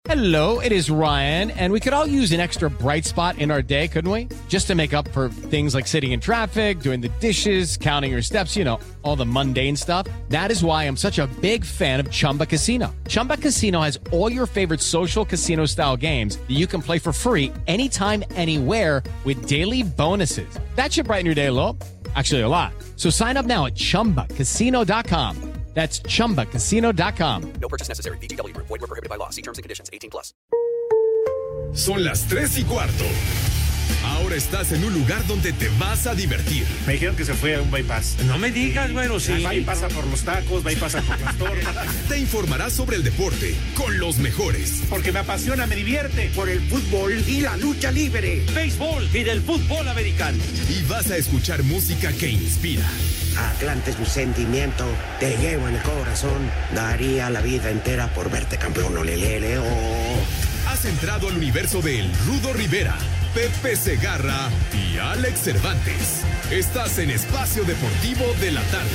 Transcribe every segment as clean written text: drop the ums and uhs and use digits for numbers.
Hello, it is Ryan, and we could all use an extra bright spot in our day, couldn't we? Just to make up for things like sitting in traffic, doing the dishes, counting your steps, you know, all the mundane stuff. That is why I'm such a big fan of Chumba Casino. Chumba Casino has all your favorite social casino-style games that you can play for free anytime, anywhere with daily bonuses. That should brighten your day a little. Actually, a lot. So sign up now at ChumbaCasino.com. That's ChumbaCasino.com. No purchase necessary. VGW Group. Void where prohibited by law. See terms and conditions. 18+. Son las 3:15. Ahora estás en un lugar donde te vas a divertir. Me dijeron que se fue a un bypass. No me digas, güero, sí. Va y pasa por los tacos, va y pasa por las tortas. Te informarás sobre el deporte con los mejores. Porque me apasiona, me divierte. Por el fútbol y la lucha libre. Béisbol y del fútbol americano. Y vas a escuchar música que inspira. Atlante es mi sentimiento, te llevo en el corazón. Daría la vida entera por verte campeón, olelele, oh. Has entrado al universo de El Rudo Rivera, Pepe Segarra y Alex Cervantes. Estás en Espacio Deportivo de la Tarde.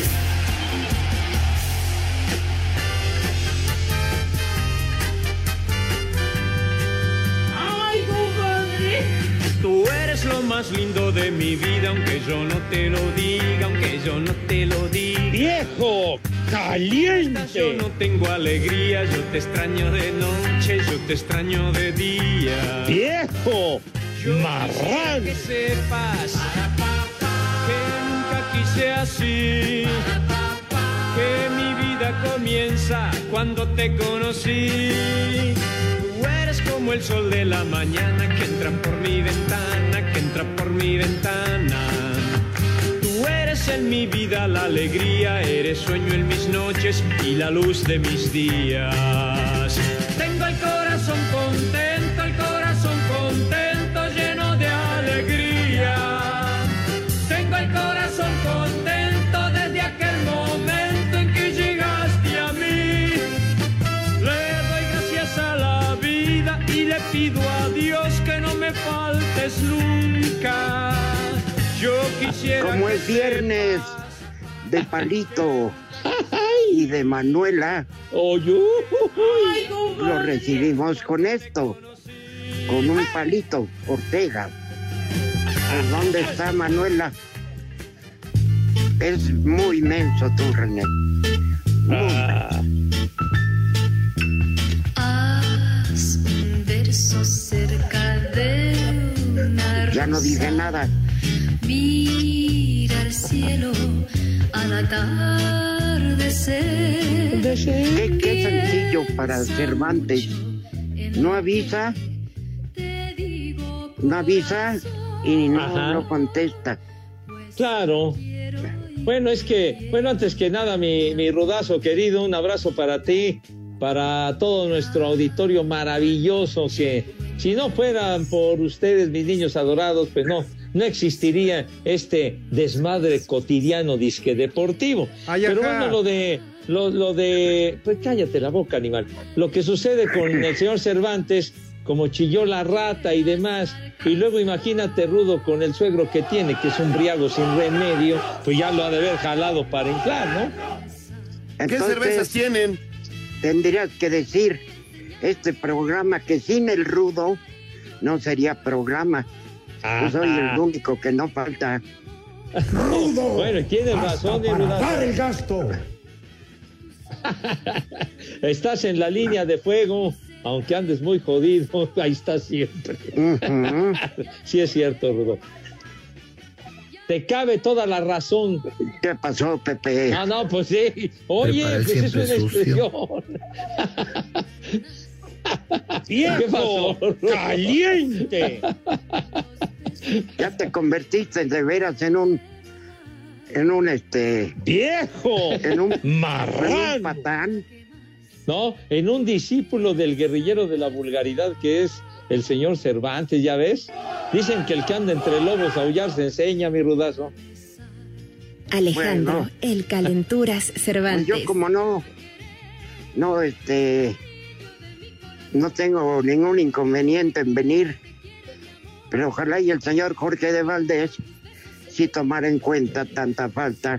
¡Ay, compadre! Tú eres lo más lindo de mi vida, aunque yo no te lo diga, aunque yo no te lo diga. ¡Viejo! ¡Caliente! Yo no tengo alegría, yo te extraño de noche, yo te extraño de día. ¡Viejo! ¡Marrán! Que sepas que nunca quise así, que mi vida comienza cuando te conocí. Tú eres como el sol de la mañana que entra por mi ventana, que entra por mi ventana. Tú eres en mi vida la alegría, eres sueño en mis noches y la luz de mis días. Tengo el corazón contento, lleno de alegría. Tengo el corazón contento desde aquel momento en que llegaste a mí. Le doy gracias a la vida y le pido a Dios que no me faltes nunca. Yo quisiera. Como es viernes de Palito y de Manuela, lo recibimos con esto, con un Palito Ortega. ¿Por dónde está Manuela? Es muy menso tú, René. Haz un verso cerca de una rosa. Ya no dije nada. Mira el cielo al atardecer. Qué sencillo para Cervantes. No avisa y no contesta. Claro. Bueno, antes que nada, mi Rudazo querido, un abrazo para ti, para todo nuestro auditorio maravilloso, que si no fueran por ustedes, mis niños adorados, pues no existiría este desmadre cotidiano disque deportivo. Pero bueno, lo de pues cállate la boca, animal. Lo que sucede con el señor Cervantes, como chilló la rata y demás, y luego imagínate, Rudo, con el suegro que tiene, que es un briago sin remedio, pues ya lo ha de haber jalado para inflar, ¿no? Entonces, ¿qué cervezas tienen? Tendrías que decir este programa que sin el Rudo no sería programa. Yo soy el único que no falta. ¡Rudo! Bueno, tienes razón, ¡Para el gasto! Estás en la línea de fuego, aunque andes muy jodido, ahí estás siempre. Uh-huh. Sí es cierto, Rudo. Te cabe toda la razón. ¿Qué pasó, Pepe? No, pues sí. Oye, pues es una expresión. ¿Qué pasó? ¡Caliente! Ya te convertiste de veras en un viejo, en un marrán, en un patán. No, en un discípulo del guerrillero de la vulgaridad que es el señor Cervantes, ¿ya ves? Dicen que el que anda entre lobos a aullar se enseña, mi Rudazo. Alejandro, el calenturas Cervantes. Pues yo como no tengo ningún inconveniente en venir, pero ojalá y el señor Jorge de Valdés sí tomara en cuenta tanta falta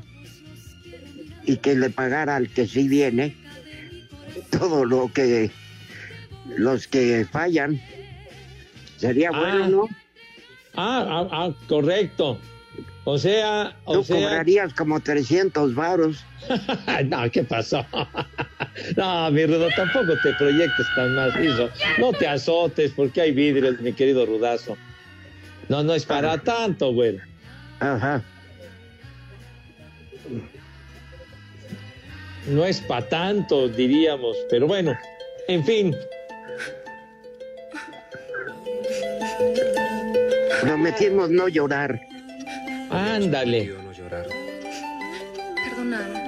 y que le pagara al que sí viene todo lo que los que fallan. Sería bueno, ¿no? Correcto. O sea... Tú cobrarías como 300 varos. No, ¿qué pasó? No, mi Rudo, tampoco te proyectes tan macizo. No te azotes porque hay vidrios, mi querido Rudazo. No es para tanto, güey. Ajá. No es para tanto, diríamos. Pero bueno, en fin. Prometimos no llorar. Ándale. Perdóname.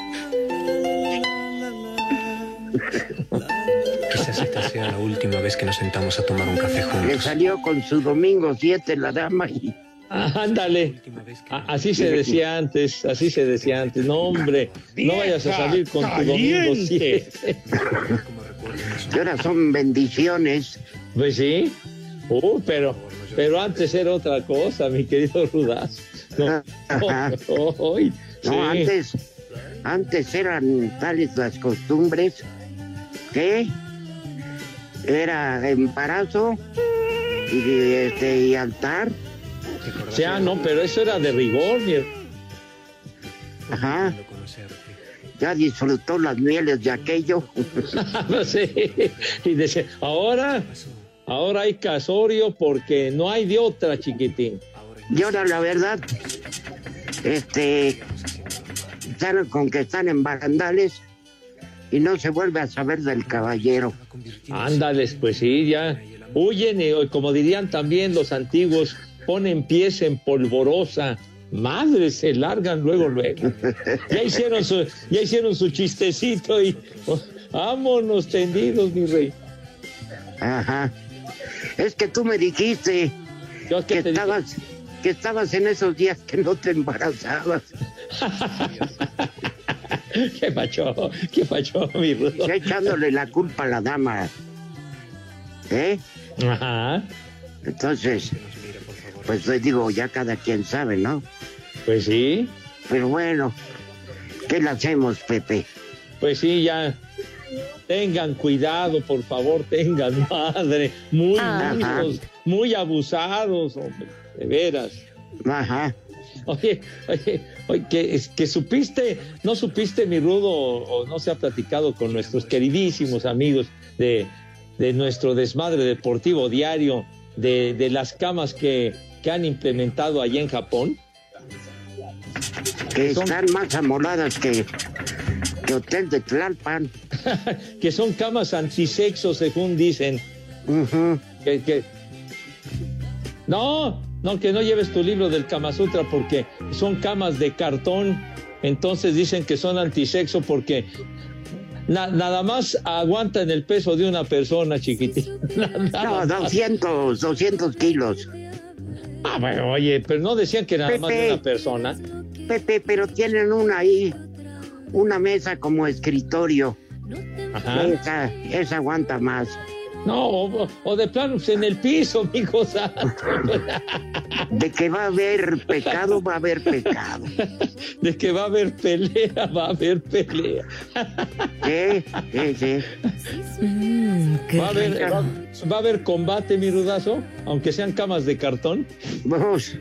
Quizás esta sea la última vez que nos sentamos a tomar un café juntos. Le salió con su domingo 7 la dama y... Ándale. Así se decía antes. No, hombre, no vayas a salir con tu domingo 7. Que ahora son bendiciones. Pues sí. Pero antes era otra cosa, mi querido Rudazo. No, antes eran tales las costumbres que era embarazo y altar. O sea, no, pero eso era de rigor, mi... Ajá. Ya disfrutó las mieles de aquello. Sí. Y decía, ahora hay casorio porque no hay de otra, chiquitín. Y ahora la verdad, saben con que están en barandales y no se vuelve a saber del caballero. Ándales, pues sí, ya huyen y, como dirían también los antiguos, ponen pies en polvorosa. Madre, se largan luego. Ya hicieron su chistecito y vámonos tendidos, mi rey. Ajá. Es que tú me dijiste que estabas en esos días que no te embarazabas. ¿Qué pacho, mi Rudo? Ya echándole la culpa a la dama. Ajá. Entonces, pues les digo, ya cada quien sabe, ¿no? Pues sí. Pero bueno, ¿qué le hacemos, Pepe? Pues sí, ya. Tengan cuidado, por favor, tengan madre. Muy abusados, hombre, de veras. Ajá. Oye, que supiste, no supiste, mi Rudo, o no se ha platicado con nuestros queridísimos amigos de nuestro desmadre deportivo diario, de las camas que han implementado allá en Japón. Que están más amoladas que Hotel de Tlalpan. Que son camas antisexo, según dicen. Uh-huh. Que no lleves tu libro del Kama Sutra porque son camas de cartón. Entonces dicen que son antisexo porque nada más aguantan el peso de una persona, chiquitín. No, 200 kilos. Bueno, oye, pero no decían que nada más de una persona. Pepe, pero tienen una mesa como escritorio. Ajá. Esa aguanta más. No, o de plano pues en el piso, mijo. De que va a haber pecado, va a haber pecado. De que va a haber pelea, va a haber pelea. Sí. Va a haber combate, mi Rudazo, aunque sean camas de cartón. Vamos.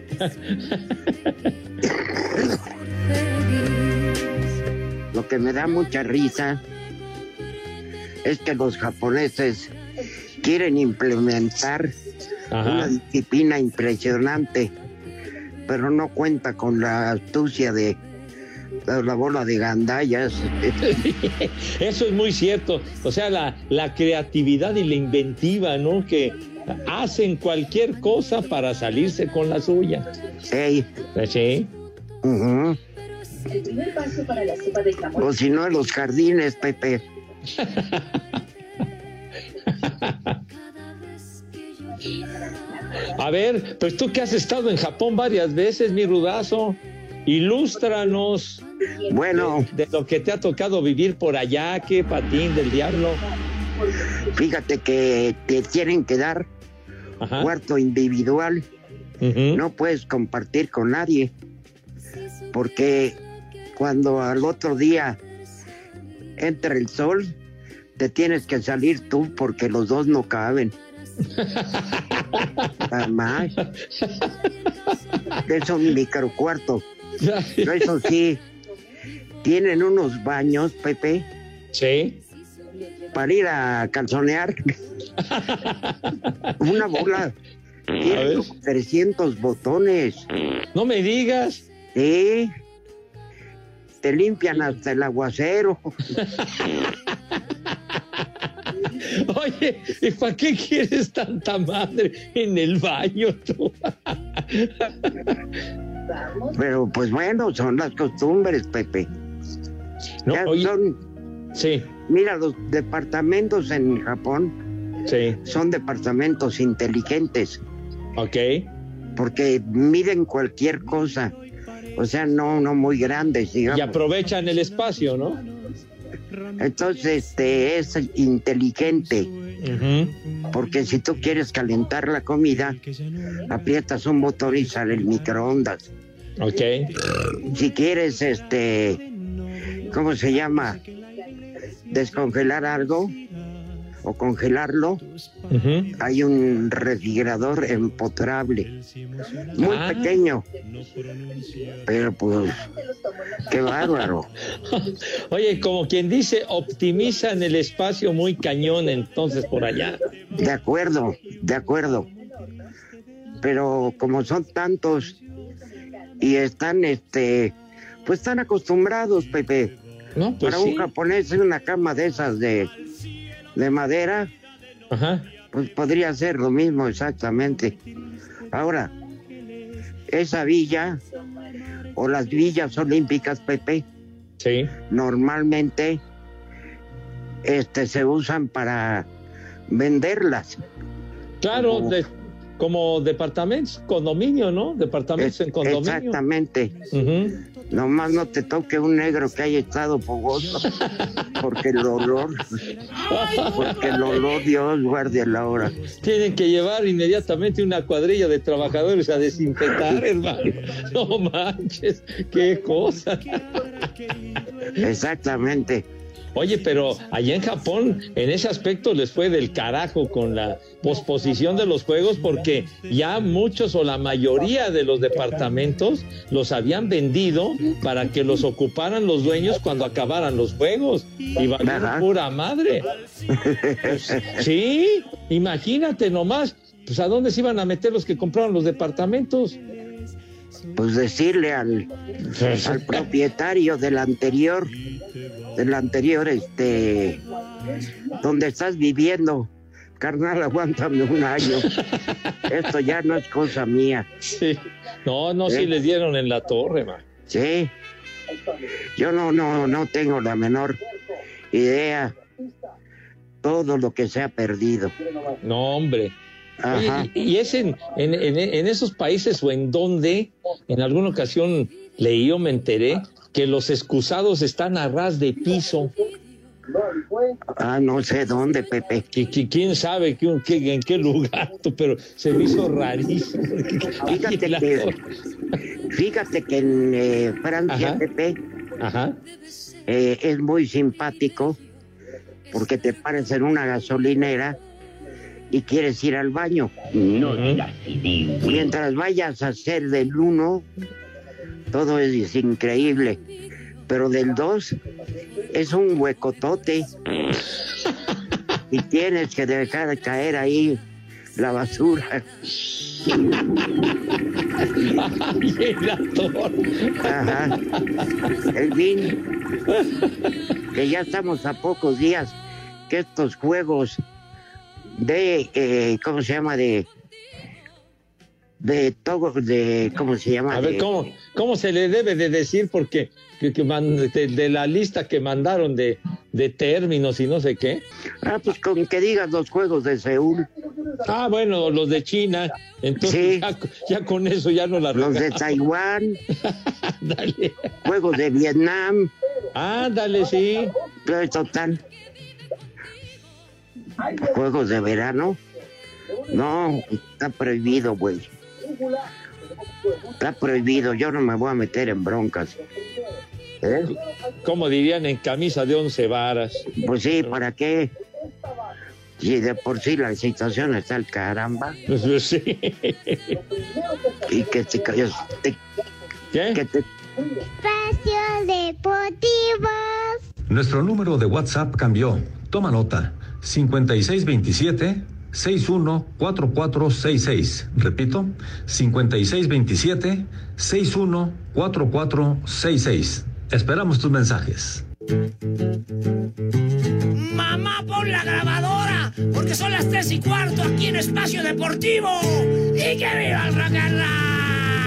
Lo que me da mucha risa es que los japoneses quieren implementar una disciplina impresionante, pero no cuenta con la astucia de la bola de gandallas. Eso es muy cierto. O sea, la creatividad y la inventiva, ¿no? Que hacen cualquier cosa para salirse con la suya. Sí. Sí. Uh-huh. O si no, en los jardines, Pepe. A ver, pues tú que has estado en Japón varias veces, mi Rudazo, ilústranos. Bueno, de lo que te ha tocado vivir por allá, qué patín del diablo. Fíjate que te tienen que dar cuarto individual. Uh-huh. No puedes compartir con nadie, porque cuando al otro día entra el sol, te tienes que salir tú porque los dos no caben. Además, es un microcuarto. Pero eso sí, tienen unos baños, Pepe. Sí. Para ir a calzonear. Una bola. Tiene 300 botones. No me digas. Sí. Te limpian hasta el aguacero. Oye, ¿y para qué quieres tanta madre en el baño tú? Pero pues bueno, son las costumbres, Pepe. No, oye, sí. Mira, los departamentos en Japón son departamentos inteligentes. Ok. Porque miden cualquier cosa. O sea, no muy grandes, digamos. Y aprovechan el espacio, ¿no? Entonces, es inteligente. Porque si tú quieres calentar la comida, aprietas un botón y sale el microondas. Ok. Si quieres, ¿cómo se llama? Descongelar algo o congelarlo, hay un refrigerador empotrable, muy pequeño, pero pues qué bárbaro. Oye, como quien dice, optimizan el espacio muy cañón entonces por allá. De acuerdo, pero como son tantos y están pues están acostumbrados, Pepe. No, pues para un japonés una cama de esas de madera, pues podría ser lo mismo exactamente. Ahora, esa villa o las villas olímpicas, Pepe, normalmente se usan para venderlas. Claro, como departamentos, condominio, ¿no? Departamentos en condominio. Exactamente. Nomás no te toque un negro que haya estado fogoso, porque el olor, Dios guarde la hora. Tienen que llevar inmediatamente una cuadrilla de trabajadores a desinfectar, hermano. No manches, qué cosa. Exactamente. Oye, pero allá en Japón, en ese aspecto les fue del carajo con la posposición de los juegos, porque ya muchos o la mayoría de los departamentos los habían vendido para que los ocuparan los dueños cuando acabaran los juegos. Y valieron pura madre. Pues, sí, imagínate nomás, pues ¿a dónde se iban a meter los que compraron los departamentos? Pues decirle al propietario del anterior, donde estás viviendo, carnal, aguántame un año. Esto ya no es cosa mía. Sí. No, sí les dieron en la torre, man. Sí. Yo no tengo la menor idea todo lo que se ha perdido. No, hombre. Oye, y es en esos países o en donde en alguna ocasión leí o me enteré que los excusados están a ras de piso. No sé dónde, Pepe. ¿Quién sabe en qué lugar? Pero se me hizo rarísimo. Fíjate que en Francia, Pepe, es muy simpático porque te paras en una gasolinera y quieres ir al baño. Mientras vayas a hacer del 1, todo es increíble, pero del 2 es un huecotote y tienes que dejar de caer ahí la basura. En fin, que ya estamos a pocos días que estos juegos de ¿cómo se llama? ¿cómo se llama? A ver, ¿cómo se le debe de decir? Porque de la lista que mandaron de términos y no sé qué. Pues con que digas los juegos de Seúl. Bueno, los de China. Entonces ya con eso ya no la regamos. Los de Taiwán. Dale. Juegos de Vietnam. Dale, sí. Pero total. Juegos de verano. No, está prohibido, güey. Está prohibido, yo no me voy a meter en broncas. Como dirían, en camisa de 11 varas. Pues sí, ¿para qué? Si de por sí la situación está al caramba. Pues sí. Y que te calles. ¿Qué? Espacio Deportivo. Nuestro número de WhatsApp cambió. Toma nota. 5627-614466. Repito, 5627-614466. Esperamos tus mensajes. Mamá, pon la grabadora, porque son las 3:15 aquí en Espacio Deportivo. ¡Y que viva el rock and roll!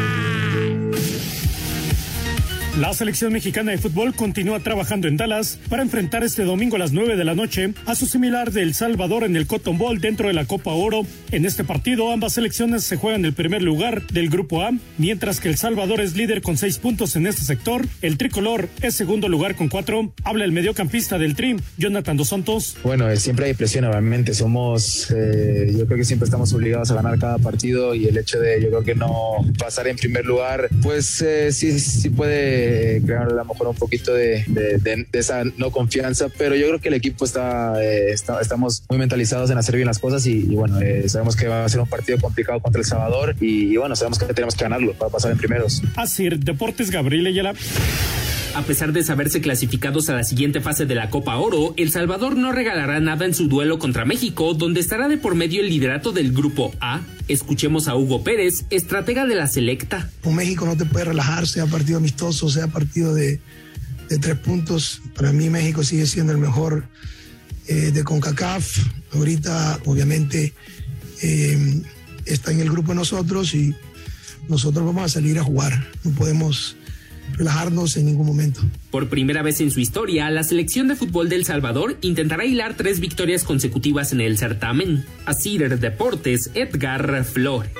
La selección mexicana de fútbol continúa trabajando en Dallas para enfrentar este domingo a las 9 de la noche a su similar de El Salvador en el Cotton Bowl dentro de la Copa Oro. En este partido, ambas selecciones se juegan el primer lugar del Grupo A, mientras que El Salvador es líder con 6 puntos en este sector. El tricolor es segundo lugar con 4. Habla el mediocampista del Tri, Jonathan Dos Santos. Bueno, siempre hay presión, obviamente. Yo creo que siempre estamos obligados a ganar cada partido y el hecho de, yo creo que no pasar en primer lugar, pues sí puede crear a lo mejor un poquito de esa no confianza, pero yo creo que el equipo estamos muy mentalizados en hacer bien las cosas y bueno, sabemos que va a ser un partido complicado contra El Salvador y bueno, sabemos que tenemos que ganarlo para pasar en primeros. Así, Deportes, Gabriel Ayala. A pesar de saberse clasificados a la siguiente fase de la Copa Oro, El Salvador no regalará nada en su duelo contra México, donde estará de por medio el liderato del Grupo A. Escuchemos a Hugo Pérez, estratega de la selecta. Con México no te puedes relajar, sea partido amistoso, sea partido de 3 puntos. Para mí México sigue siendo el mejor de CONCACAF. Ahorita, obviamente, está en el grupo de nosotros y nosotros vamos a salir a jugar. No podemos relajarnos en ningún momento. Por primera vez en su historia, la selección de fútbol de El Salvador intentará hilar 3 victorias consecutivas en el certamen. Así, Deportes, Edgar Flores.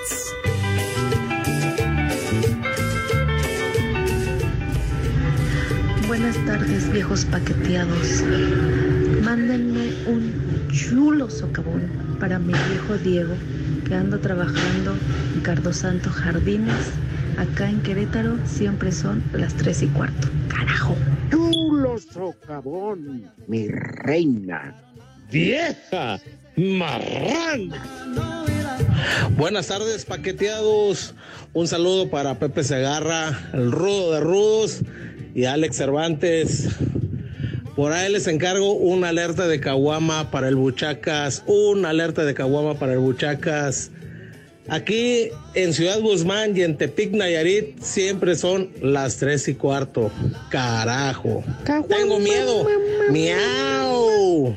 Buenas tardes, viejos paqueteados. Mándenme un chulo socavón para mi viejo Diego, que anda trabajando en Cardosanto Jardines. Acá en Querétaro siempre son las 3:15. ¡Carajo! ¡Chulo socavón, mi reina! ¡Vieja marrana! Buenas tardes, paqueteados. Un saludo para Pepe Segarra, el rudo de rudos, y Alex Cervantes. Por ahí les encargo una alerta de caguama para el Buchacas. Una alerta de caguama para el Buchacas. Aquí en Ciudad Guzmán y en Tepic, Nayarit, siempre son las 3:15. Carajo. Tengo miedo. Miau.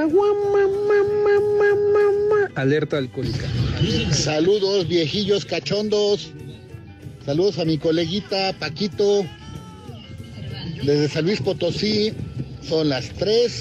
Alerta alcohólica. Saludos, viejillos cachondos. Saludos a mi coleguita Paquito. Desde San Luis Potosí. Son las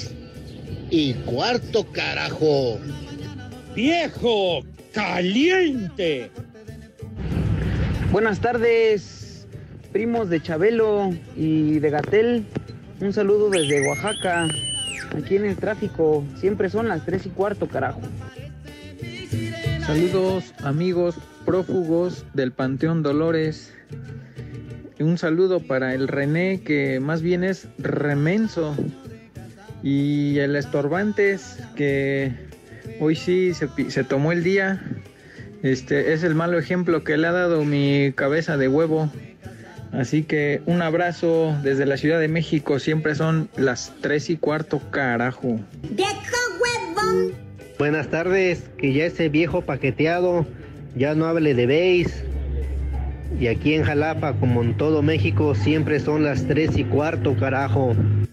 3:15, carajo. ¡Viejo caliente! Buenas tardes, primos de Chabelo y de Gatel. Un saludo desde Oaxaca. Aquí en el tráfico siempre son las 3:15, carajo. Saludos, amigos prófugos del Panteón Dolores. Un saludo para el René, que más bien es remenso, y el Estorbantes, que hoy sí se tomó el día. Es el malo ejemplo que le ha dado mi cabeza de huevo. Así que un abrazo desde la Ciudad de México. Siempre son las 3:15, carajo. ¡Viejo huevón! Buenas tardes, que ya ese viejo paqueteado ya no hable de béis. Y aquí en Jalapa, como en todo México, siempre son las 3:15, carajo.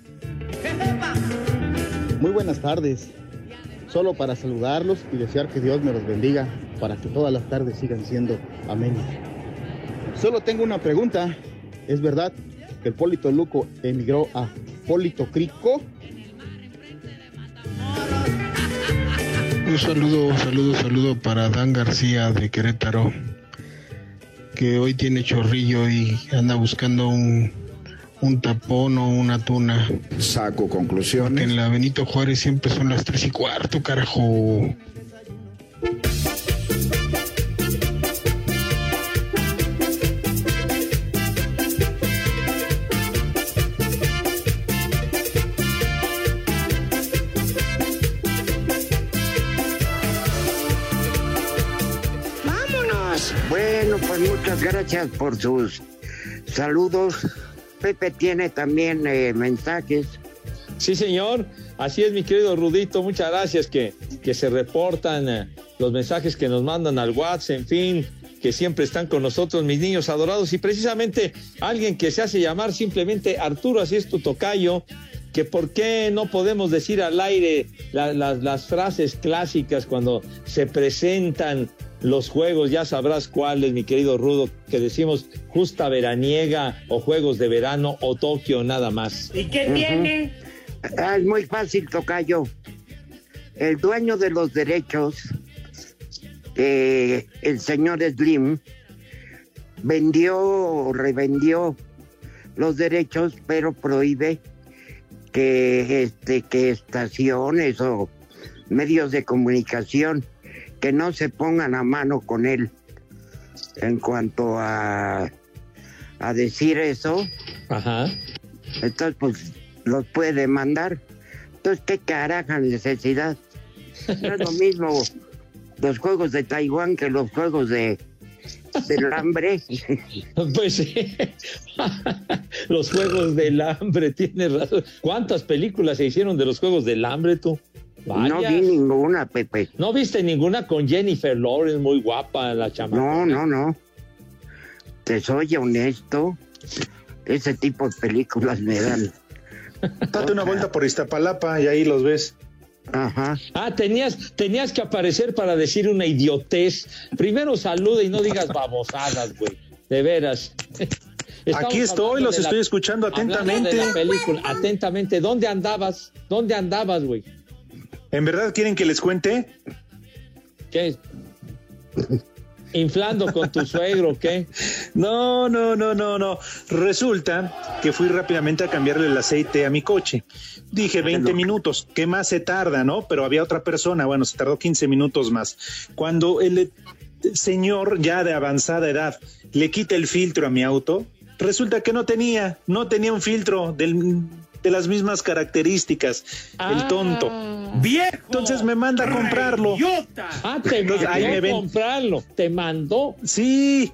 Muy buenas tardes. Solo para saludarlos y desear que Dios me los bendiga para que todas las tardes sigan siendo amenas. Solo tengo una pregunta. ¿Es verdad que el Polito Luco emigró a Polito Crico? Un saludo para Dan García de Querétaro, que hoy tiene chorrillo y anda buscando un tapón o una tuna. Saco conclusiones. Porque en la Benito Juárez siempre son las 3:15, carajo. más. Bueno, pues muchas gracias por sus saludos. Pepe tiene también mensajes. Sí, señor. Así es, mi querido Rudito. Muchas gracias que se reportan los mensajes que nos mandan al WhatsApp, en fin, que siempre están con nosotros, mis niños adorados. Y precisamente alguien que se hace llamar simplemente Arturo, así es tu tocayo, que por qué no podemos decir al aire las frases clásicas cuando se presentan los juegos, ya sabrás cuáles, mi querido Rudo, que decimos justa veraniega o juegos de verano o Tokio nada más. ¿Y qué tiene? Es muy fácil, tocayo. El dueño de los derechos, el señor Slim, vendió o revendió los derechos, pero prohíbe que estaciones o medios de comunicación que no se pongan a mano con él en cuanto a decir eso. Ajá. Entonces, pues, los puede demandar. Entonces, ¿qué caraja necesidad? No es lo mismo los juegos de Taiwán que los juegos del hambre. Pues sí. Los juegos del hambre, tienes razón. ¿Cuántas películas se hicieron de los juegos del hambre, tú? Vaya. No vi ninguna, Pepe. ¿No viste ninguna con Jennifer Lawrence, muy guapa la chamaca? No. Te soy honesto. Ese tipo de películas me dan. Date una vuelta por Iztapalapa y ahí los ves. Ajá. Ah, tenías que aparecer para decir una idiotez. Primero saluda y no digas babosadas, güey. De veras. Aquí estoy, los estoy escuchando atentamente. De la película, atentamente. ¿Dónde andabas, güey? ¿En verdad quieren que les cuente? ¿Qué? ¿Inflando con tu suegro, qué? No. Resulta que fui rápidamente a cambiarle el aceite a mi coche. Dije 20 minutos, ¿qué más se tarda, no? Pero había otra persona, bueno, se tardó 15 minutos más. Cuando el señor ya de avanzada edad le quita el filtro a mi auto, resulta que no tenía un filtro de las mismas características, el tonto. ¡Viejo! Entonces me manda a comprarlo. ¡Idiota! Te mandó a comprarlo. ¿Te mandó? Sí.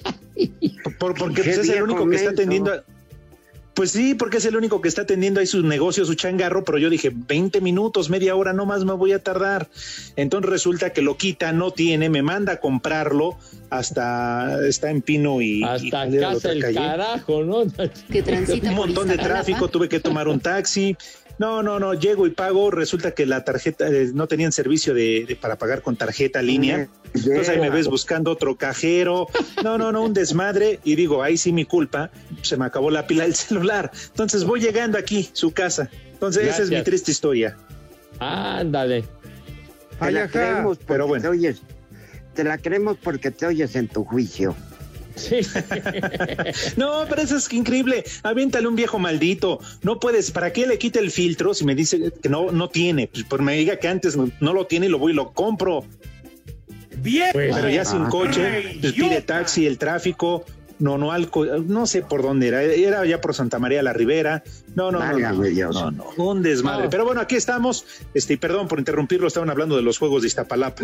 Porque pues, es el único que está atendiendo. Pues sí, porque es el único que está atendiendo ahí su negocio, su changarro, pero yo dije, 20 minutos, media hora, no más me voy a tardar. Entonces resulta que lo quita, no tiene, me manda a comprarlo, hasta está en Pino y... Hasta casa el carajo, ¿no? Que transita un montón de tráfico, tuve que tomar un taxi. No, llego y pago, resulta que la tarjeta, no tenían servicio para pagar con tarjeta línea, entonces ahí me ves buscando otro cajero, no, un desmadre, y digo, ahí sí mi culpa, se me acabó la pila del celular, entonces voy llegando aquí, su casa, entonces Gracias. Esa es mi triste historia. Ándale. Te la creemos, pero bueno. Te la creemos porque te oyes en tu juicio. Sí. No, pero eso es increíble. Aviéntale un viejo maldito. No puedes, ¿para qué le quite el filtro si me dice que no tiene? Pues me diga que antes no lo tiene y lo voy y lo compro. Bien. Pero ya sin coche, pues pide taxi, el tráfico, no sé por dónde era ya por Santa María la Ribera. No, un desmadre. No. Pero bueno, aquí estamos. Perdón por interrumpirlo, estaban hablando de los juegos de Iztapalapa.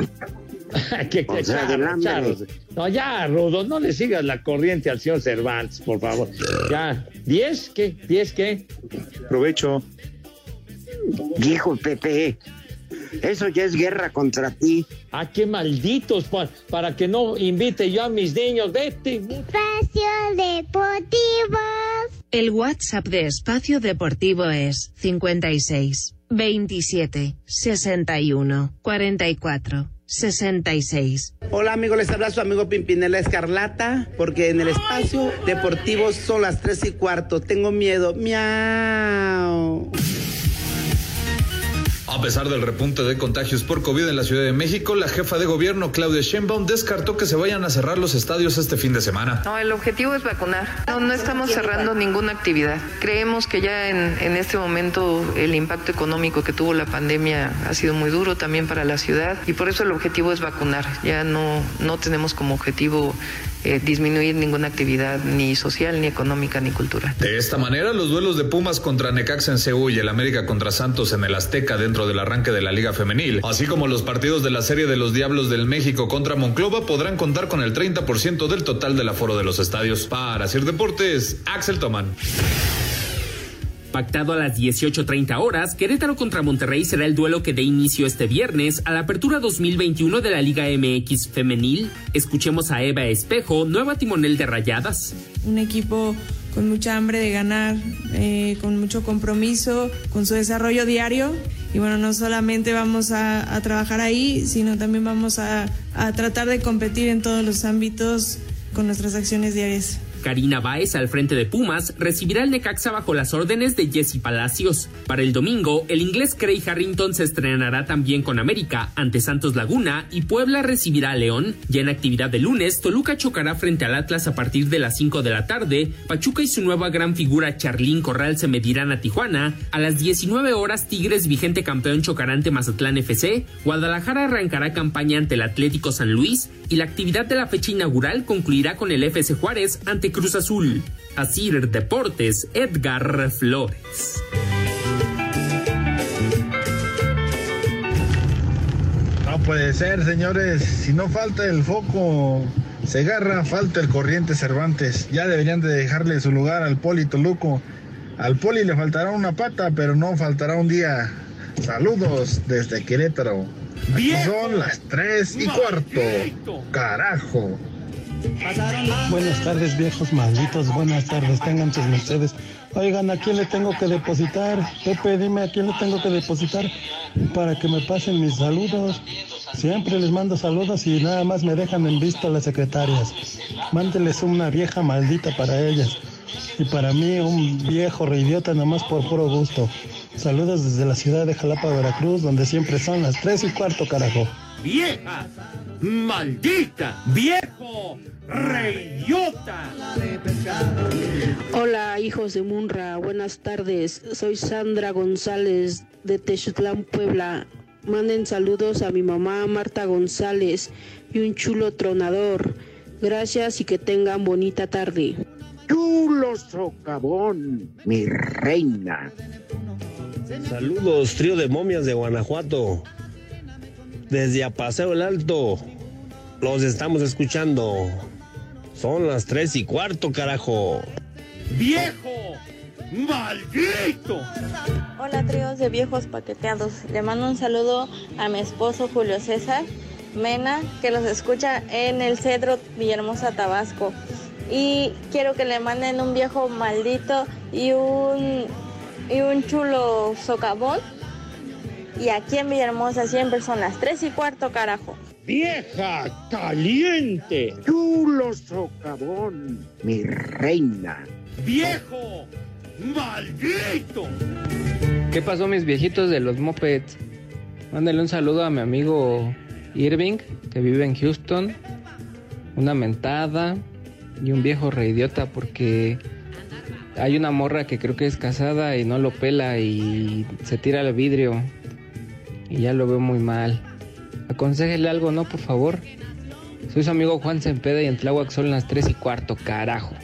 No, ya, Rudo, no le sigas la corriente al señor Cervantes, por favor. Ya, ¿10 qué? ¿10 qué? Provecho. Dijo Pepe, eso ya es guerra contra ti. Ah, qué malditos, para que no invite yo a mis niños, vete. Espacio Deportivo. El WhatsApp de Espacio Deportivo es 56 27 61 44 66. Hola amigos, les habla su amigo Pimpinela Escarlata, porque en el Espacio Deportivo son las 3:15. Tengo miedo. Miau. A pesar del repunte de contagios por COVID en la Ciudad de México, la jefa de gobierno, Claudia Sheinbaum, descartó que se vayan a cerrar los estadios este fin de semana. No, el objetivo es vacunar. No estamos cerrando ninguna actividad. Creemos que ya en este momento el impacto económico que tuvo la pandemia ha sido muy duro también para la ciudad y por eso el objetivo es vacunar. Ya no tenemos como objetivo disminuir ninguna actividad ni social, ni económica, ni cultural. De esta manera, los duelos de Pumas contra Necaxa en Seúl y el América contra Santos en el Azteca dentro del arranque de la Liga Femenil, así como los partidos de la serie de los Diablos del México contra Monclova, podrán contar con el 30% del total del aforo de los estadios. Para Sir Deportes, Axel Tomán. Pactado a las 18:30 horas, Querétaro contra Monterrey será el duelo que dé inicio este viernes a la apertura 2021 de la Liga MX Femenil. Escuchemos a Eva Espejo, nueva timonel de Rayadas. Un equipo con mucha hambre de ganar, con mucho compromiso, con su desarrollo diario. Y bueno, no solamente vamos a trabajar ahí, sino también vamos a tratar de competir en todos los ámbitos con nuestras acciones diarias. Karina Báez, al frente de Pumas, recibirá al Necaxa bajo las órdenes de Jessy Palacios. Para el domingo, el inglés Craig Harrington se estrenará también con América ante Santos Laguna y Puebla recibirá a León. Ya en actividad de lunes, Toluca chocará frente al Atlas a partir de las 5 de la tarde. Pachuca y su nueva gran figura Charlín Corral se medirán a Tijuana. A las 19 horas, Tigres, vigente campeón, chocará ante Mazatlán FC. Guadalajara arrancará campaña ante el Atlético San Luis y la actividad de la fecha inaugural concluirá con el FC Juárez ante Cruz Azul. Asir Deportes, Edgar Flores. No puede ser, señores. Si no falta el foco Segarra, falta el corriente Cervantes. Ya deberían de dejarle su lugar al Poli Toluco. Al Poli le faltará una pata, pero no faltará un día. Saludos desde Querétaro. Aquí son las 3:15. Carajo. Buenas tardes, viejos malditos, buenas tardes, tengan sus mercedes. Oigan, ¿a quién le tengo que depositar? Pepe, dime, ¿a quién le tengo que depositar para que me pasen mis saludos? Siempre les mando saludos y nada más me dejan en visto las secretarias. Mándeles una vieja maldita para ellas. Y para mí un viejo reidiota nomás por puro gusto. Saludos desde la ciudad de Jalapa, Veracruz, donde siempre son las 3:15, carajo. ¡Vieja! ¡Maldita! ¡Viejo! ¡Reyota! Hola, hijos de Munra, buenas tardes. Soy Sandra González de Texutlán, Puebla. Manden saludos a mi mamá Marta González y un chulo tronador. Gracias y que tengan bonita tarde. Chulo socavón, mi reina. Saludos, trío de momias de Guanajuato. Desde Apaseo el Alto, los estamos escuchando. Son las 3:15, carajo. ¡Viejo! ¡Maldito! Hola, tríos de viejos paqueteados. Le mando un saludo a mi esposo Julio César Mena, que los escucha en el Cedro, Villahermosa, Tabasco. Y quiero que le manden un viejo maldito y un chulo socavón. Y aquí en Villahermosa siempre son las 3:15, carajo. ¡Vieja caliente! Chulo socavón, mi reina. ¡Viejo maldito! ¿Qué pasó, mis viejitos de los mopeds? Mándale un saludo a mi amigo Irving, que vive en Houston. Una mentada y un viejo reidiota porque hay una morra que creo que es casada y no lo pela y se tira al vidrio. Y ya lo veo muy mal. Aconséjele algo, ¿no? Por favor. Soy su amigo Juan Sempeda y en Tláhuac son las 3:15, carajo.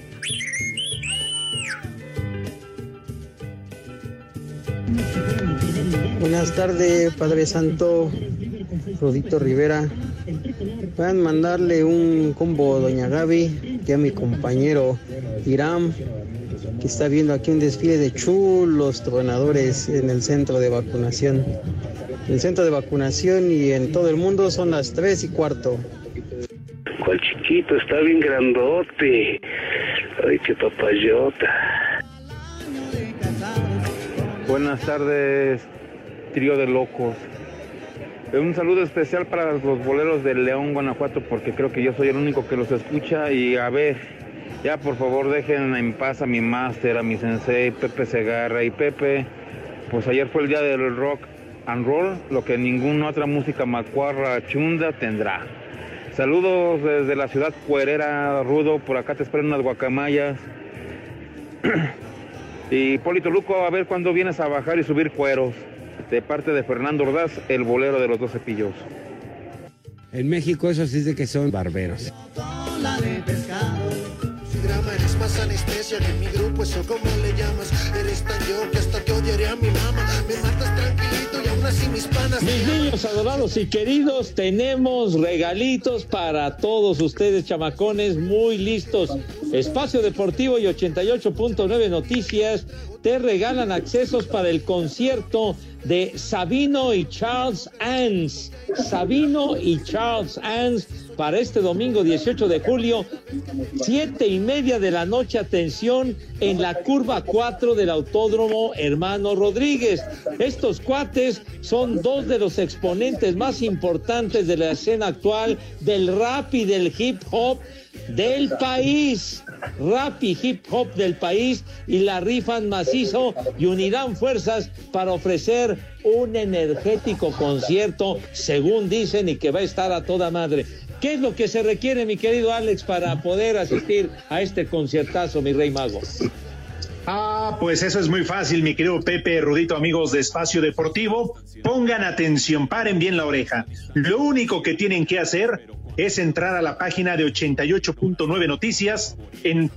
Buenas tardes, Padre Santo, Rodito Rivera. Pueden mandarle un combo a Doña Gaby y a mi compañero Irán, que está viendo aquí un desfile de chulos tronadores en el centro de vacunación. El centro de vacunación y en todo el mundo son las 3:15. ¿Cuál chiquito? Está bien grandote. Ay, qué papayota. Buenas tardes, trío de locos. Un saludo especial para los boleros de León, Guanajuato, porque creo que yo soy el único que los escucha. Y a ver, ya por favor dejen en paz a mi máster, a mi sensei, Pepe Segarra. Y Pepe, pues ayer fue el día del rock and roll, lo que ninguna otra música macuarra chunda tendrá. Saludos desde la ciudad puerera, Rudo, por acá te esperan unas guacamayas. Y Poli Toluco, a ver cuándo vienes a bajar y subir cueros. De parte de Fernando Ordaz, el bolero de los 12 pillos. En México eso sí es de que son barberos. anestesia, que mi grupo, eso como le llamas. Eres tan yo que hasta te odiaré a mi mamá. Me matas tranquilito y aún así mis panas. Mis niños adorados y queridos, tenemos regalitos para todos ustedes, chamacones, muy listos. Espacio Deportivo y 88.9 Noticias te regalan accesos para el concierto de Sabino y Charles Ans. Sabino y Charles Ans para este domingo 18 de julio, 7:30 de la noche, atención, en la curva 4 del Autódromo Hermano Rodríguez. Estos cuates son dos de los exponentes más importantes de la escena actual del rap y del hip hop del país. Rap y hip hop del país, y la rifan macizo y unirán fuerzas para ofrecer un energético concierto, según dicen, y que va a estar a toda madre. ¿Qué es lo que se requiere, mi querido Alex, para poder asistir a este conciertazo, mi rey mago? Pues eso es muy fácil, mi querido Pepe, Rudito, amigos de Espacio Deportivo. Pongan atención, paren bien la oreja. Lo único que tienen que hacer es entrar a la página de 88.9 Noticias en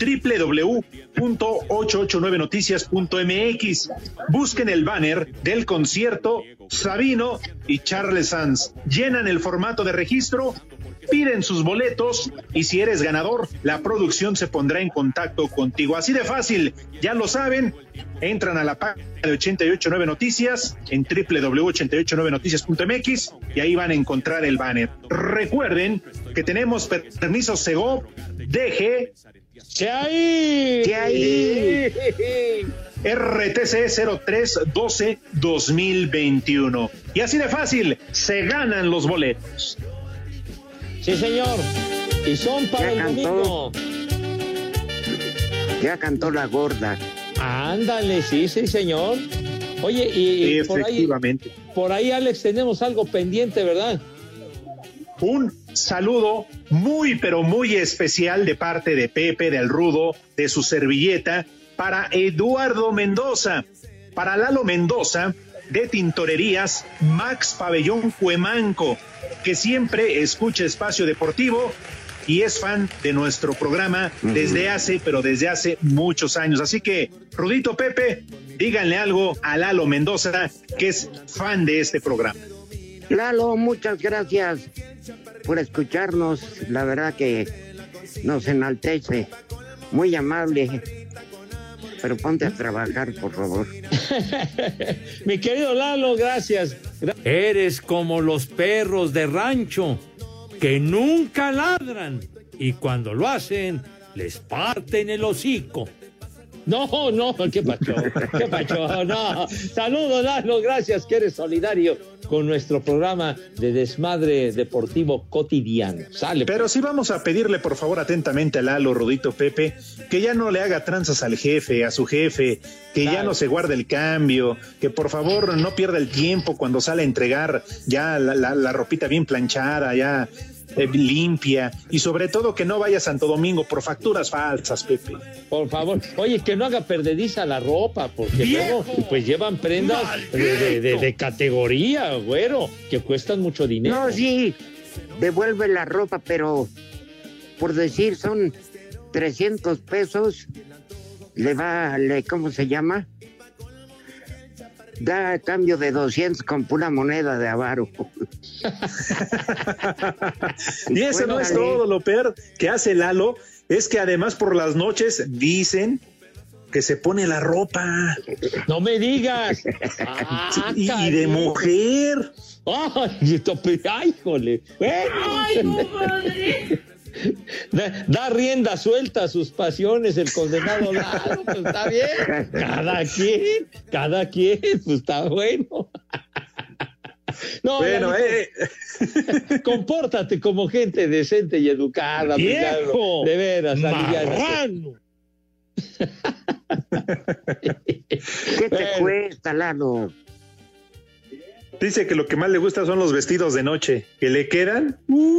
www.889noticias.mx. Busquen el banner del concierto Sabino y Charles Sanz. Llenan el formato de registro, piden sus boletos y si eres ganador, la producción se pondrá en contacto contigo. Así de fácil, ya lo saben. Entran a la página de 889 Noticias en www.889noticias.mx y ahí van a encontrar el banner. Recuerden que tenemos permiso Segov, DG, RTC 0312-2021. Y así de fácil, se ganan los boletos. Sí, señor. Y son para el domingo. Ya cantó la gorda. Ándale, sí, señor. Oye, y efectivamente. Por ahí, Alex, tenemos algo pendiente, ¿verdad? Un saludo muy, pero muy especial de parte de Pepe, del Rudo, de su servilleta, para Eduardo Mendoza, para Lalo Mendoza, de Tintorerías Max Pabellón Cuemanco, que siempre escucha Espacio Deportivo y es fan de nuestro programa desde hace muchos años. Así que, Rudito, Pepe, díganle algo a Lalo Mendoza, que es fan de este programa. Lalo, muchas gracias por escucharnos. La verdad que nos enaltece. Muy amable. Pero ponte a trabajar, por favor. Mi querido Lalo, gracias. Eres como los perros de rancho, que nunca ladran y cuando lo hacen, les parten el hocico. No, ¿qué pacho? No. Saludos, Lalo, gracias que eres solidario con nuestro programa de desmadre deportivo cotidiano. Sale. Pero sí vamos a pedirle, por favor, atentamente a Lalo, Rudito, Pepe, que ya no le haga tranzas al jefe, a su jefe, que ya no se guarde el cambio, que por favor no pierda el tiempo cuando sale a entregar ya la ropita bien planchada, ya limpia, y sobre todo que no vaya a Santo Domingo por facturas falsas, Pepe. Por favor, oye, que no haga perdediza la ropa, porque luego pues llevan prendas de categoría, güero, que cuestan mucho dinero. No, sí, devuelve la ropa, pero por decir son 300 pesos, ¿cómo se llama? Da cambio de 200 con pura moneda de avaro. Y eso no es todo. Lo peor que hace Lalo es que además por las noches dicen que se pone la ropa. No me digas. Y de mujer. Ay, híjole. Ay, no, madre. Da rienda suelta a sus pasiones el condenado Lalo, pues está bien. Cada quien, pues está bueno. No, bueno, compórtate como gente decente y educada. ¡Viejo! De veras, marrano. ¿Qué te cuesta, Lalo? Dice que lo que más le gusta son los vestidos de noche, que le quedan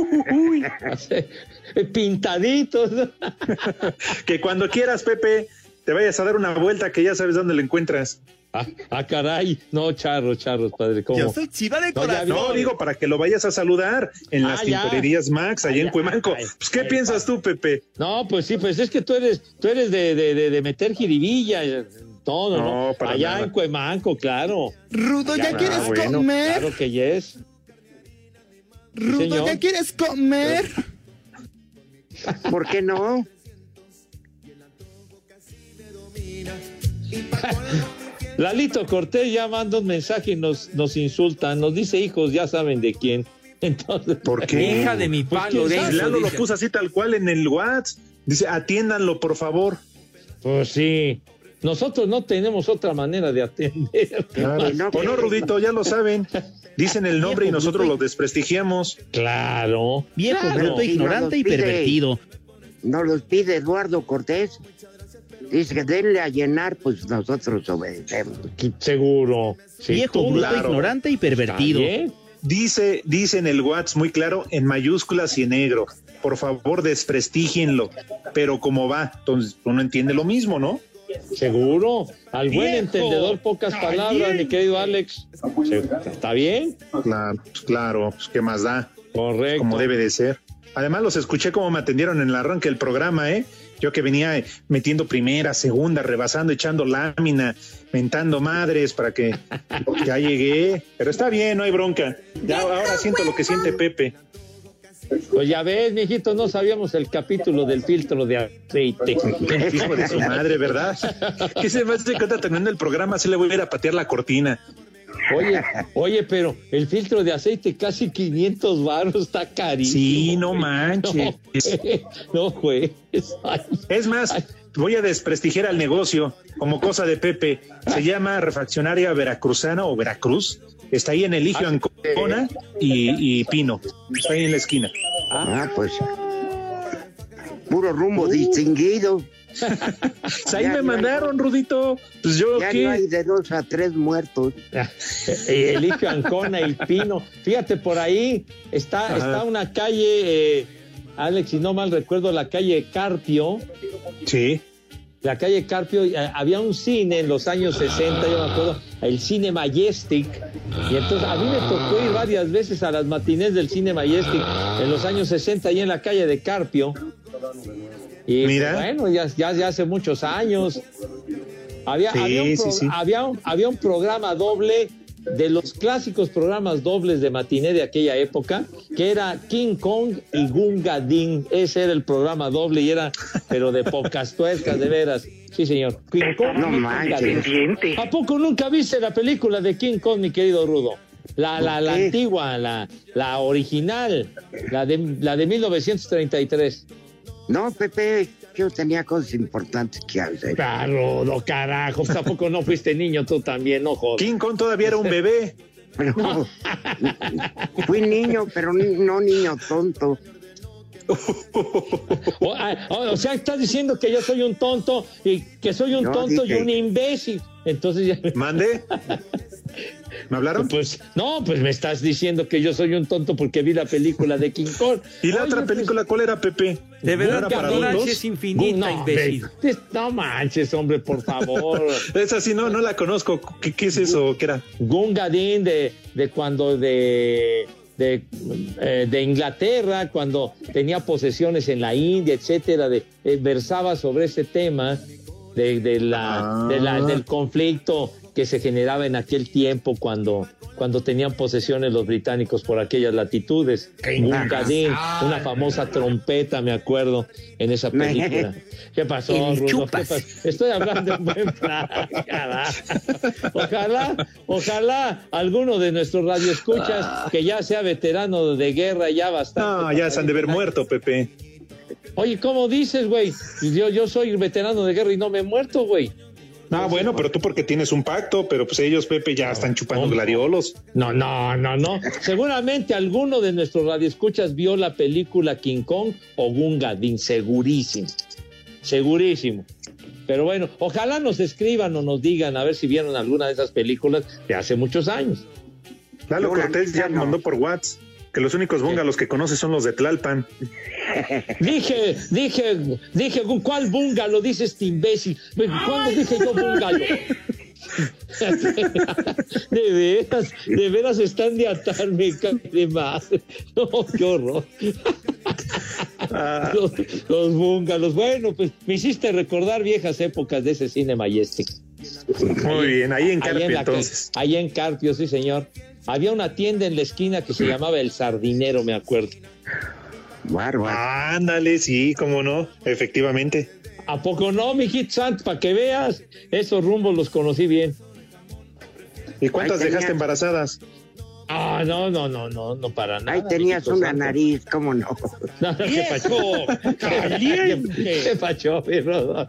pintaditos. Que cuando quieras, Pepe, te vayas a dar una vuelta, que ya sabes dónde lo encuentras. Caray. No, charros, padre. ¿Cómo? Yo soy chiva de corazón. No, digo, para que lo vayas a saludar en las tintorerías Max, allá en Cuemanco. Pues, ¿qué piensas tú, Pepe? No, pues sí, pues es que tú eres de meter jiribilla, todo, ¿no? Allá nada. En Cuemanco, claro. Rudo, ¿ya quieres comer? Claro que yes. Rudo, ¿ya quieres comer? ¿Por qué no? Lalito Cortés ya manda un mensaje y nos insulta, nos dice hijos, ya saben de quién. Entonces, ¿por qué? Hija de mi pa Lorenzo. Lalo lo puso así tal cual en el WhatsApp. Dice, atiéndanlo, por favor. Pues sí. Nosotros no tenemos otra manera de atender. Claro. O no, Rudito, ya lo saben. Dicen el nombre y nosotros lo desprestigiamos. Claro. Viejo, bruto, ignorante y pervertido. Nos los pide Eduardo Cortés. Dice que denle a llenar, pues nosotros obedecemos. Seguro. Sí, viejo, bruto, claro. Ignorante y pervertido. Dice en el WhatsApp muy claro, en mayúsculas y en negro. Por favor, desprestígienlo. Pero como va, entonces uno entiende lo mismo, ¿no? Seguro. Al buen entendedor, pocas palabras, mi querido Alex. ¿Está bien? Claro, pues qué más da. Correcto. Como debe de ser. Además, los escuché como me atendieron en el arranque del programa, ¿eh? Yo que venía metiendo primera, segunda, rebasando, echando lámina, mentando madres para que ya llegué. Pero está bien, no hay bronca. Ya ahora siento lo que siente Pepe. Pues ya ves, mijito, no sabíamos el capítulo del filtro de aceite. Hijo de su madre, ¿verdad? ¿Qué se me hace cuenta terminando el programa? Se le voy a ir a patear la cortina. Oye, pero el filtro de aceite casi 500 baros, está carísimo. Sí, no manches. No, güey. Es más, voy a desprestigiar al negocio como cosa de Pepe. Se llama Refaccionaria Veracruzana o Veracruz. Está ahí en Eligio Ancona y Pino. Está ahí en la esquina. Pues puro rumbo distinguido. Ahí me mandaron, Rudito. Pues yo ya ¿qué? No hay de 2 a 3 muertos. Eligio Ancona y Pino. Fíjate, por ahí está una calle, Alex, si no mal recuerdo, la calle Carpio. Sí. La calle Carpio, había un cine en los años 60, yo me acuerdo, el Cine Majestic, y entonces a mí me tocó ir varias veces a las matinés del Cine Majestic en los años 60, ahí en la calle de Carpio, y mira. Bueno, ya hace muchos años, había un programa doble, de los clásicos programas dobles de matiné de aquella época, que era King Kong y Gunga Din. Ese era el programa doble y era, pero de pocas tuercas, de veras. Sí, señor. King Kong no manches. ¿A poco nunca viste la película de King Kong, mi querido Rudo? La antigua, la original, la de 1933. No, Pepe, yo tenía cosas importantes que hacer. Claro, no, carajo, tampoco no fuiste niño tú también, no jodas. King Kong todavía era un bebé. No, fui niño, pero no niño tonto. O sea, estás diciendo que yo soy un tonto y que soy un tonto y un imbécil. Entonces ya... ¿Mande? ¿Me hablaron? Pues me estás diciendo que yo soy un tonto porque vi la película de King Kong. ¿Y la otra película cuál era, Pepe? De verdad que ignorancia es infinita, imbécil. No manches, hombre, por favor. Esa sí, no la conozco. ¿Qué es eso? ¿Qué era? Gunga Din de cuando de Inglaterra, cuando tenía posesiones en la India, etcétera, versaba sobre ese tema del conflicto que se generaba en aquel tiempo cuando tenían posesiones los británicos por aquellas latitudes. Gunga Din, una famosa trompeta, me acuerdo, en esa película. ¿Qué pasó, Rudo? ¿Qué pasó? Estoy hablando en buen plan. Ojalá alguno de nuestros radioescuchas que ya sea veterano de guerra, ya bastante. No, ya se han de ver muerto, Pepe. Oye, ¿cómo dices, güey? Yo soy veterano de guerra y no me he muerto, güey. Ah, bueno, pero tú porque tienes un pacto, pero pues ellos, Pepe, ya están chupando gladiolos. No. Seguramente alguno de nuestros radioescuchas vio la película King Kong o Gunga Din, segurísimo. Pero bueno, ojalá nos escriban o nos digan a ver si vieron alguna de esas películas de hace muchos años. Lalo Cortés ya mandó por WhatsApp que los únicos búngalos que conoce son los de Tlalpan. Dije, ¿cuál búngalo? Dices este imbécil. ¿Cuándo dije yo búngalo? De veras están de atarme, de más. No, qué horror. Los búngalos. Bueno, pues me hiciste recordar viejas épocas de ese cine Majestic. Muy bien, ahí en Carpio entonces. Ahí en Carpio, sí señor. Había una tienda en la esquina que se llamaba El Sardinero, me acuerdo. Bárbaro. Ándale, sí, cómo no, efectivamente. ¿A poco no, mijito santo? Para que veas, esos rumbos los conocí bien. ¿Y cuántas dejaste embarazadas? Ah, no, para nada. Ahí tenías una santo. Nariz, ¿cómo no? ¿Qué pacho? ¿Qué pacho, perro?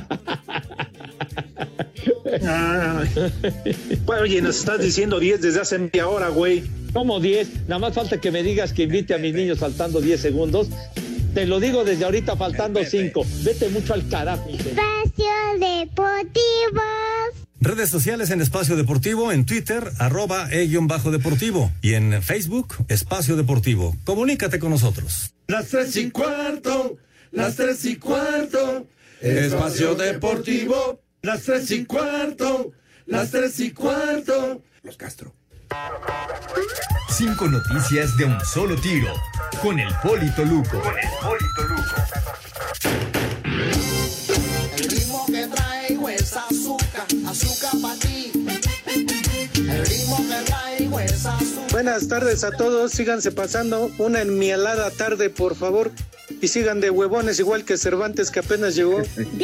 Pues, oye, nos estás diciendo 10 desde hace media hora, güey. ¿Cómo 10? Nada más falta que me digas que invite a mis niños faltando 10 segundos. Te lo digo desde ahorita faltando 5. Vete mucho al carajo. Espacio Deportivo. Redes sociales en Espacio Deportivo, en Twitter, @e_deportivo y en Facebook, Espacio Deportivo. Comunícate con nosotros. Las 3:15, las 3:15, Espacio Deportivo. Las 3:15, las 3:15. Los Castro. 5 noticias de un solo tiro, con el Polito Luco. El ritmo que traigo es azúcar, azúcar para ti. El ritmo que traigo es azúcar. Buenas tardes a todos, síganse pasando una enmielada tarde, por favor. Y sigan de huevones igual que Cervantes, que apenas llegó.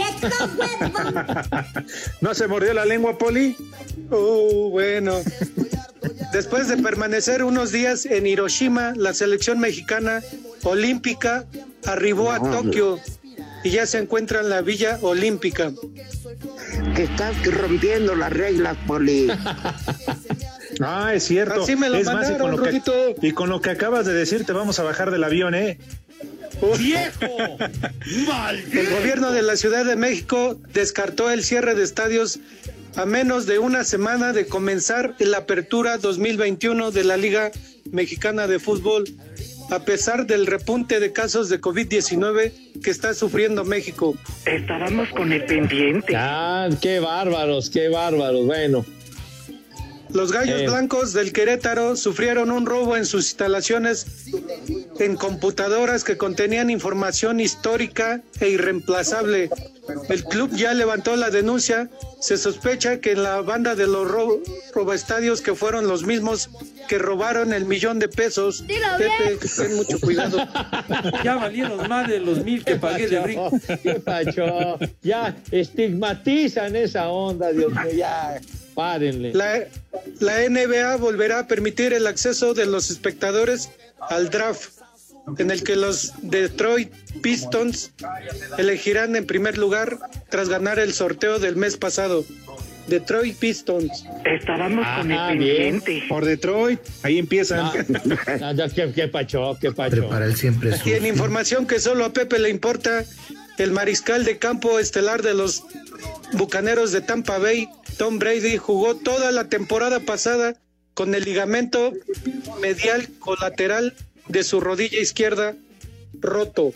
¿No se mordió la lengua, Poli? Bueno. Después de permanecer unos días en Hiroshima, la selección mexicana olímpica arribó a Tokio y ya se encuentra en la Villa Olímpica. Que estás rompiendo las reglas, Poli. Ah, es cierto. Así me lo mandaron, Rudito. Y con lo que acabas de decir, te vamos a bajar del avión, ¿eh? ¡Viejo! ¡Maldito! El gobierno de la Ciudad de México descartó el cierre de estadios a menos de una semana de comenzar la apertura 2021 de la Liga Mexicana de Fútbol, a pesar del repunte de casos de COVID-19 que está sufriendo México. Estábamos con el pendiente. Ah, qué bárbaros, bueno. Los Gallos Blancos del Querétaro sufrieron un robo en sus instalaciones en computadoras que contenían información histórica e irreemplazable. El club ya levantó la denuncia. Se sospecha que en la banda de los robaestadios, que fueron los mismos que robaron el $1,000,000. Pepe, ten mucho cuidado. Ya valieron más de los 1,000 que pagué de rico. ¿Qué pacho? Ya estigmatizan esa onda, Dios mío, ya. Párenle. La NBA volverá a permitir el acceso de los espectadores al draft, en el que los Detroit Pistons elegirán en primer lugar tras ganar el sorteo del mes pasado. Detroit Pistons. Estábamos con el pendiente. Por Detroit, ahí empiezan. ¿Qué pacho? Para el siempre. Y en información que solo a Pepe le importa, el mariscal de campo estelar de los Bucaneros de Tampa Bay, Tom Brady, jugó toda la temporada pasada con el ligamento medial colateral de su rodilla izquierda roto.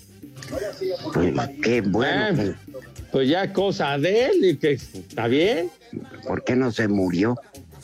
Qué bueno. Pues ya cosa de él, y que está bien. ¿Por qué no se murió?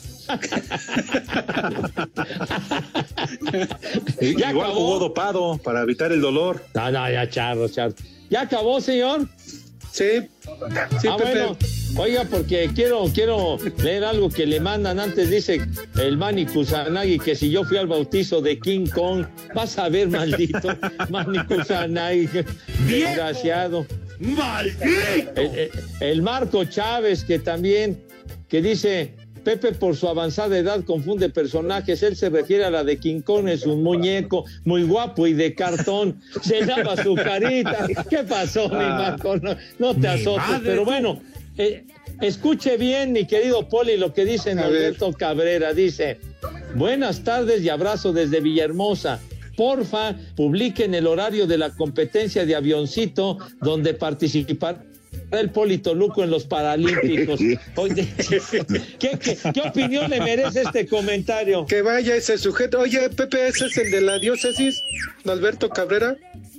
Igual jugó dopado para evitar el dolor. No, ya charro. ¿Ya acabó, señor? Sí, Pepe. Bueno, oiga, porque quiero leer algo que le mandan antes. Dice el Manny Kusanagi que si yo fui al bautizo de King Kong, vas a ver, maldito Manny Kusanagi, desgraciado. ¡Maldito! El Marco Chávez, que también, que dice: Pepe, por su avanzada edad, confunde personajes. Él se refiere a la de King Kong, es un muñeco muy guapo y de cartón. Se lava su carita. ¿Qué pasó, mi Marco? No te azotes. Pero bueno, escuche bien, mi querido Poli, lo que dice Alberto Cabrera. Dice: buenas tardes y abrazo desde Villahermosa. Porfa, publiquen el horario de la competencia de avioncito donde participará el Polito Luco en los Paralímpicos. Oye, ¿qué opinión le merece este comentario? Que vaya ese sujeto. Oye, Pepe, ¿ese es el de la diócesis, Alberto Cabrera?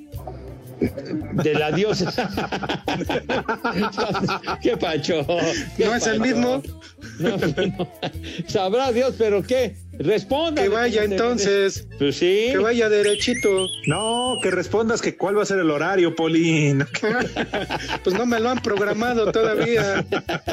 De la diócesis. ¿Qué pacho? ¿No es el mismo? No. Sabrá Dios, pero ¿qué? Responda. Que vaya entonces. Pues sí. Que vaya derechito. No, que respondas que cuál va a ser el horario, Poli. Pues no me lo han programado todavía.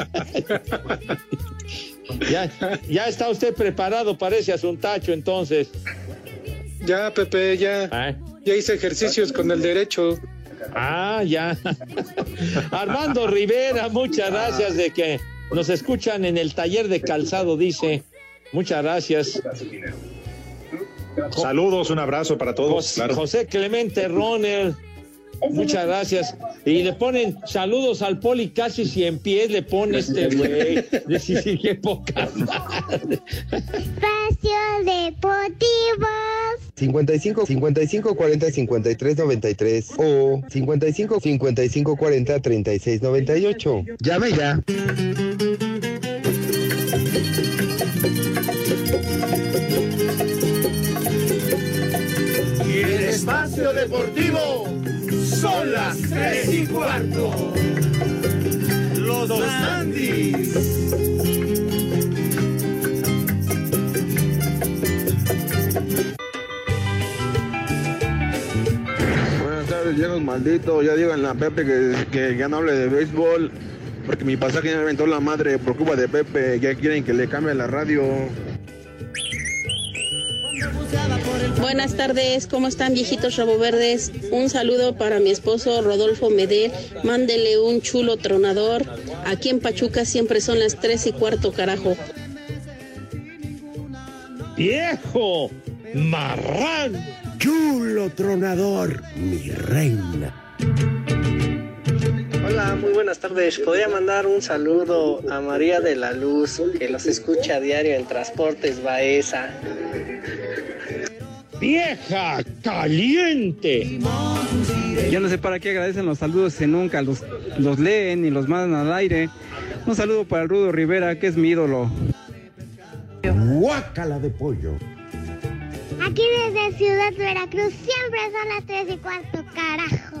Ya está usted preparado para ese asuntacho, entonces. Ya, Pepe, ya. Ya hice ejercicios con el derecho. Ya. Armando Rivera, muchas gracias de que nos escuchan en el taller de calzado, dice. Muchas gracias. Saludos, un abrazo para todos. José Clemente Roner, muchas gracias. Y le ponen saludos al Poli casi 100 pies, le pone este güey. Sí, qué poca madre. Espacio Deportivo. 55 55 40 53 93 o 55 55 40 36 98. Llame ya. Y en Espacio Deportivo son las 3:15. Los Andis. Buenas tardes, llenos malditos. Ya digan a Pepe que ya no hable de béisbol, porque mi pasaje ya me aventó la madre por culpa de Pepe. Ya quieren que le cambie la radio. Buenas tardes, ¿cómo están, viejitos raboverdes? Un saludo para mi esposo Rodolfo Medel. Mándele un chulo tronador. Aquí en Pachuca siempre son las 3:15, carajo. ¡Viejo marrano! Chulo tronador, mi reina. Hola, muy buenas tardes. Podría mandar un saludo a María de la Luz, que los escucha a diario en Transportes Baeza. ¡Vieja caliente! Yo no sé para qué agradecen los saludos si nunca los leen y los mandan al aire. Un saludo para el Rudo Rivera, que es mi ídolo. Guácala de pollo. Aquí desde Ciudad Veracruz siempre son las 3:15, carajo.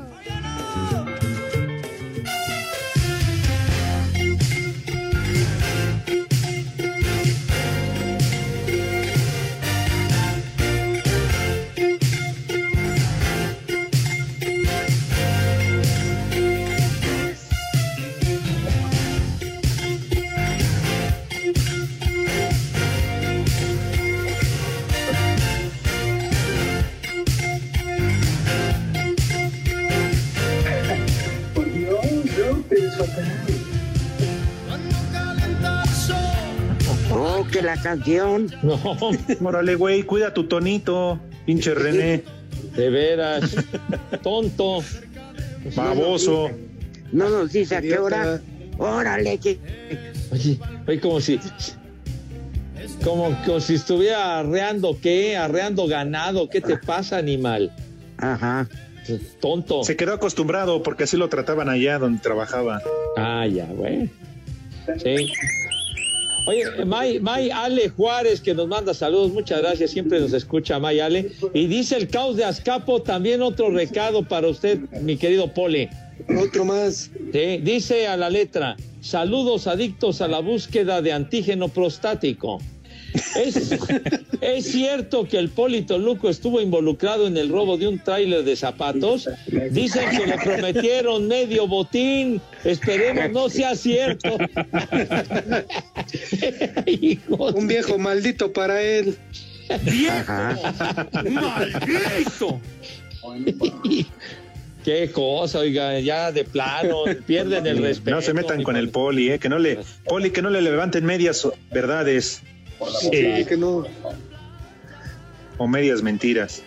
Oh, que la canción. No, órale, güey, cuida tu tonito, pinche René. De veras, tonto, baboso. No nos dice a qué hora. Órale, que. Oye, como si estuviera arreando ganado. ¿Qué te pasa, animal? Ajá. Tonto. Se quedó acostumbrado porque así lo trataban allá donde trabajaba. Ya, güey. Sí. Oye, May Ale Juárez, que nos manda saludos, muchas gracias, siempre nos escucha May Ale. Y dice el Caos de Azcapo, también otro recado para usted, mi querido Pole. Otro más. Sí, dice a la letra: saludos adictos a la búsqueda de antígeno prostático. ¿Es cierto que el Poli Toluco estuvo involucrado en el robo de un tráiler de zapatos? Dicen que le prometieron medio botín. Esperemos no sea cierto. Un viejo maldito para él. ¡Viejo! ¡Maldito! Qué cosa, oiga, ya de plano, pierden el respeto. No se metan con el Poli, que no le levanten medias verdades. Sí, que no. O medias mentiras.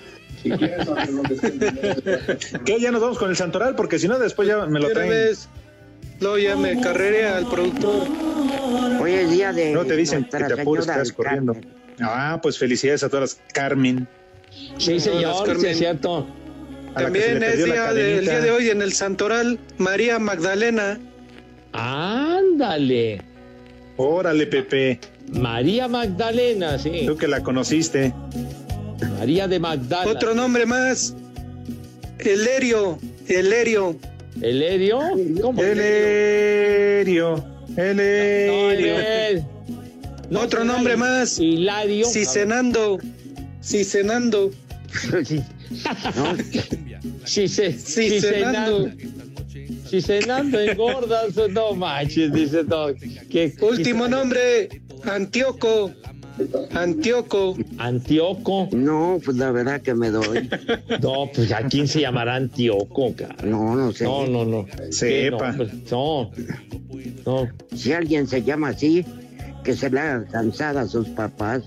¿Qué? Ya nos vamos con el Santoral, porque si no después ya me lo traen. No, ya me carreré al productor. Hoy es día de. No te dicen que te apures, estás corriendo. Pues felicidades a todas las Carmen. Sí, señor, sí, es cierto. También es el día de hoy en el Santoral, María Magdalena. Ándale. Órale, Pepe. María Magdalena, sí. Tú que la conociste. María de Magdalena. Otro nombre más. Elerio. ¿Elerio? ¿Cómo? Elerio. No, No, otro nombre más. Hilario. Cicenando. Cicenando. Cicenando. Cicenando engordas. No manches, dice no. Último nombre, Antíoco. Antioco. No, pues la verdad que me doy. No, pues ¿a quién se llamará Antioco, cara? No sé. No. Sepa. No. Si alguien se llama así, que se le haga cansada a sus papás.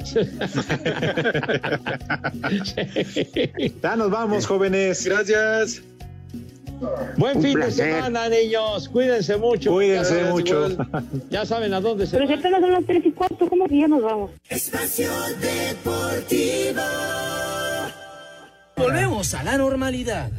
Ya nos vamos, jóvenes. Gracias. Buen fin de semana, niños. Cuídense mucho. Cuídense mucho. Ya saben a dónde se van. Pero si apenas son las 3:15, ¿cómo que ya nos vamos? Espacio Deportivo. Volvemos a la normalidad.